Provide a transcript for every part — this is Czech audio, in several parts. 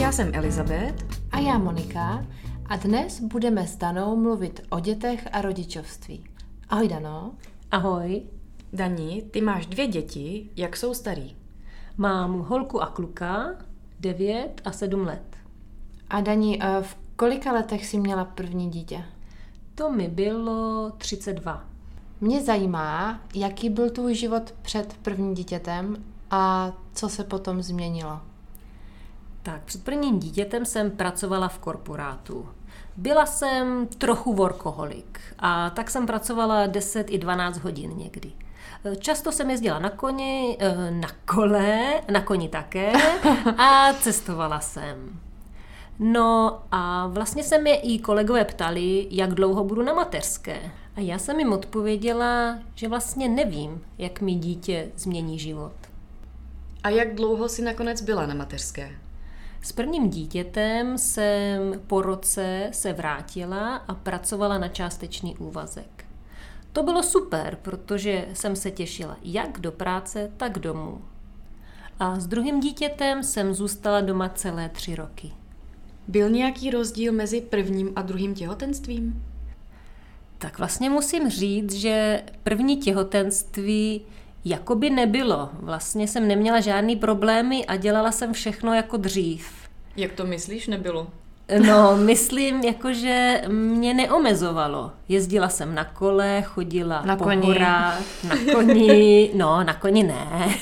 Já jsem Elizabeth. A já Monika. A dnes budeme s Danou mluvit o dětech a rodičovství. Ahoj, Dano. Ahoj. Dani, ty máš 2 děti, jak jsou starý? Mám holku a kluka, 9 a 7 let. A Dani, v kolika letech jsi měla první dítě? To mi bylo 32. Mě zajímá, jaký byl tvůj život před prvním dítětem a co se potom změnilo. Tak, před prvním dítětem jsem pracovala v korporátu. Byla jsem trochu workoholik a tak jsem pracovala 10 i 12 hodin někdy. Často jsem jezdila na koni, na kole, na koni také a cestovala jsem. No a vlastně se mě i kolegové ptali, jak dlouho budu na mateřské. A já jsem jim odpověděla, že vlastně nevím, jak mi dítě změní život. A jak dlouho jsi nakonec byla na mateřské? S prvním dítětem jsem po roce se vrátila a pracovala na částečný úvazek. To bylo super, protože jsem se těšila jak do práce, tak domů. A s druhým dítětem jsem zůstala doma celé 3 roky. Byl nějaký rozdíl mezi prvním a druhým těhotenstvím? Tak vlastně musím říct, že první těhotenství jakoby nebylo. Vlastně jsem neměla žádný problémy a dělala jsem všechno jako dřív. Jak to myslíš, nebylo? No, myslím, jakože mě neomezovalo. Jezdila jsem na kole, chodila na po koni. horách, na koni, no, na koni ne.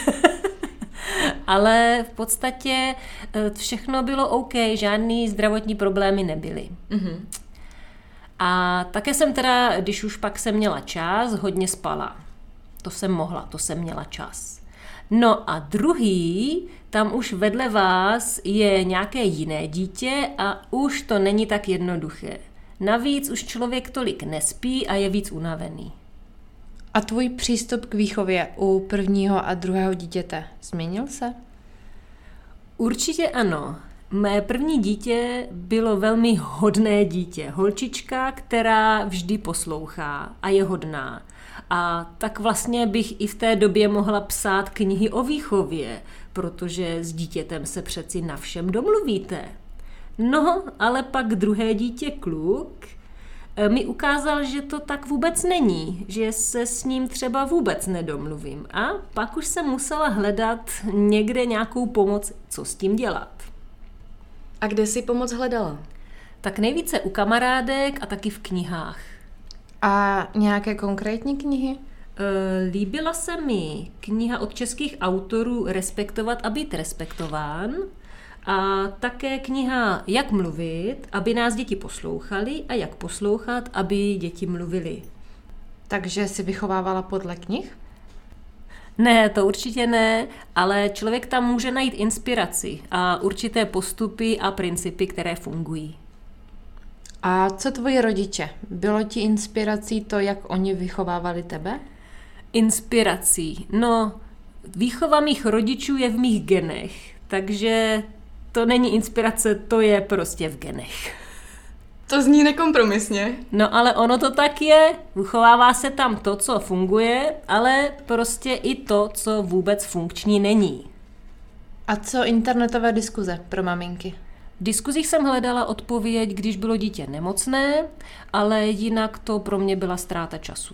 Ale v podstatě všechno bylo OK, žádný zdravotní problémy nebyly. Mhm. A také jsem teda, když už pak jsem měla čas, hodně spala. To jsem mohla, to jsem měla čas. No a druhý, tam už vedle vás je nějaké jiné dítě a už to není tak jednoduché. Navíc už člověk tolik nespí a je víc unavený. A tvůj přístup k výchově u prvního a druhého dítěte změnil se? Určitě ano. Mé první dítě bylo velmi hodné dítě. Holčička, která vždy poslouchá a je hodná. A tak vlastně bych i v té době mohla psát knihy o výchově, protože s dítětem se přeci na všem domluvíte. No, ale pak druhé dítě, kluk, mi ukázal, že to tak vůbec není, že se s ním třeba vůbec nedomluvím. A pak už jsem musela hledat někde nějakou pomoc, co s tím dělat. A kde jsi pomoc hledala? Tak nejvíce u kamarádek a taky v knihách. A nějaké konkrétní knihy? Líbila se mi kniha od českých autorů Respektovat a být respektován a také kniha Jak mluvit, aby nás děti poslouchali a jak poslouchat, aby děti mluvily. Takže jsi vychovávala podle knih? Ne, to určitě ne, ale člověk tam může najít inspiraci a určité postupy a principy, které fungují. A co tvoji rodiče? Bylo ti inspirací to, jak oni vychovávali tebe? Inspirací? No, výchova mých rodičů je v mých genech, takže to není inspirace, to je prostě v genech. To zní nekompromisně. No ale ono to tak je, vychovává se tam to, co funguje, ale prostě i to, co vůbec funkční není. A co internetové diskuze pro maminky? V diskuzích jsem hledala odpověď, když bylo dítě nemocné, ale jinak to pro mě byla ztráta času.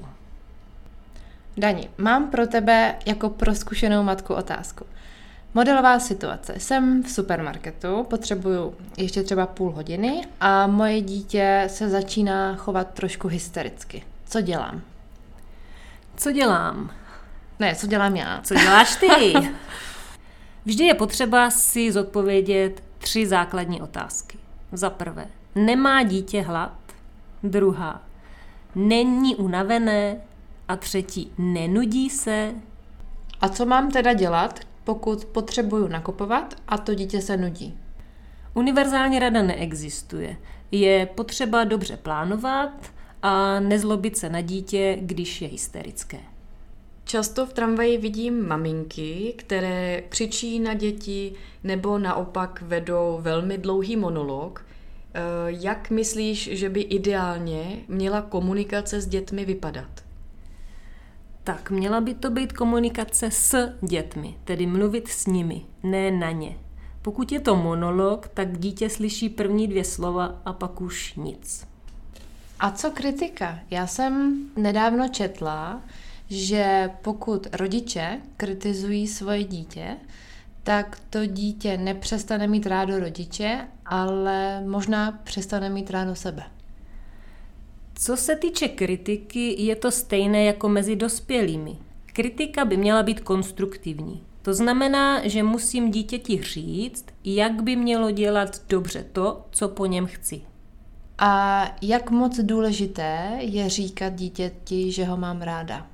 Dani, mám pro tebe jako pro zkušenou matku otázku. Modelová situace. Jsem v supermarketu, potřebuju ještě třeba půl hodiny a moje dítě se začíná chovat trošku hystericky. Co dělám? Co dělám? Ne, co dělám já? Co děláš ty? Vždy je potřeba si zodpovědět 3 základní otázky. Za prvé, nemá dítě hlad? Druhá, není unavené? A třetí, nenudí se? A co mám teda dělat, pokud potřebuju nakupovat a to dítě se nudí? Univerzální rada neexistuje. Je potřeba dobře plánovat a nezlobit se na dítě, když je hysterické. Často v tramvaji vidím maminky, které křičí na děti nebo naopak vedou velmi dlouhý monolog. Jak myslíš, že by ideálně měla komunikace s dětmi vypadat? Tak měla by to být komunikace s dětmi, tedy mluvit s nimi, ne na ně. Pokud je to monolog, tak dítě slyší první 2 slova a pak už nic. A co kritika? Já jsem nedávno četla, že pokud rodiče kritizují svoje dítě, tak to dítě nepřestane mít rádo rodiče, ale možná přestane mít rádo sebe. Co se týče kritiky, je to stejné jako mezi dospělými. Kritika by měla být konstruktivní. To znamená, že musím dítěti říct, jak by mělo dělat dobře to, co po něm chci. A jak moc důležité je říkat dítěti, že ho mám ráda?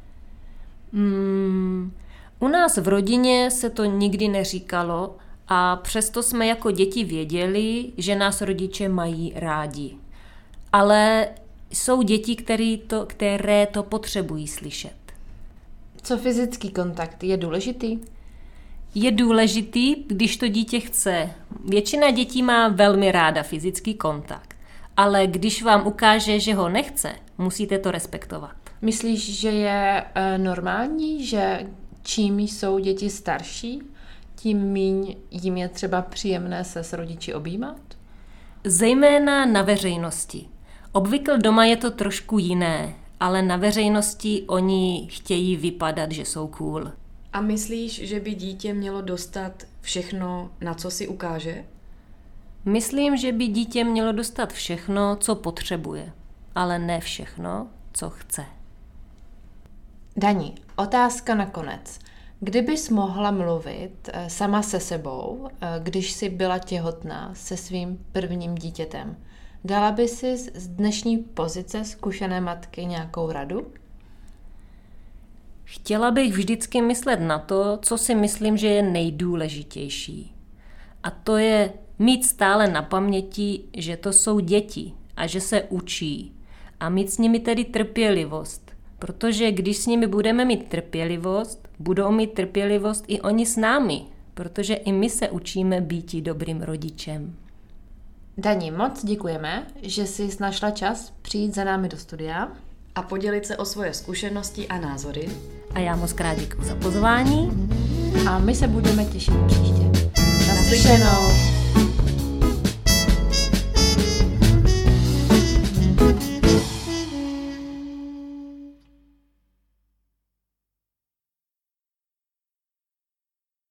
U nás v rodině se to nikdy neříkalo a přesto jsme jako děti věděli, že nás rodiče mají rádi. Ale jsou děti, které to potřebují slyšet. Co fyzický kontakt? Je důležitý? Je důležitý, když to dítě chce. Většina dětí má velmi ráda fyzický kontakt, ale když vám ukáže, že ho nechce, musíte to respektovat. Myslíš, že je normální, že čím jsou děti starší, tím míň jim je třeba příjemné se s rodiči objímat? Zejména na veřejnosti. Obvykle doma je to trošku jiné, ale na veřejnosti oni chtějí vypadat, že jsou cool. A myslíš, že by dítě mělo dostat všechno, na co si ukáže? Myslím, že by dítě mělo dostat všechno, co potřebuje, ale ne všechno, co chce. Dani, otázka nakonec. Kdybys mohla mluvit sama se sebou, když jsi byla těhotná se svým prvním dítětem, dala by si z dnešní pozice zkušené matky nějakou radu? Chtěla bych vždycky myslet na to, co si myslím, že je nejdůležitější. A to je mít stále na paměti, že to jsou děti a že se učí. A mít s nimi tedy trpělivost. Protože když s nimi budeme mít trpělivost, budou mít trpělivost i oni s námi. Protože i my se učíme býti dobrým rodičem. Dani, moc děkujeme, že jsi našla čas přijít za námi do studia. A podělit se o svoje zkušenosti a názory. A já moc krát děkuji za pozvání. A my se budeme těšit příště. Naslyšenou.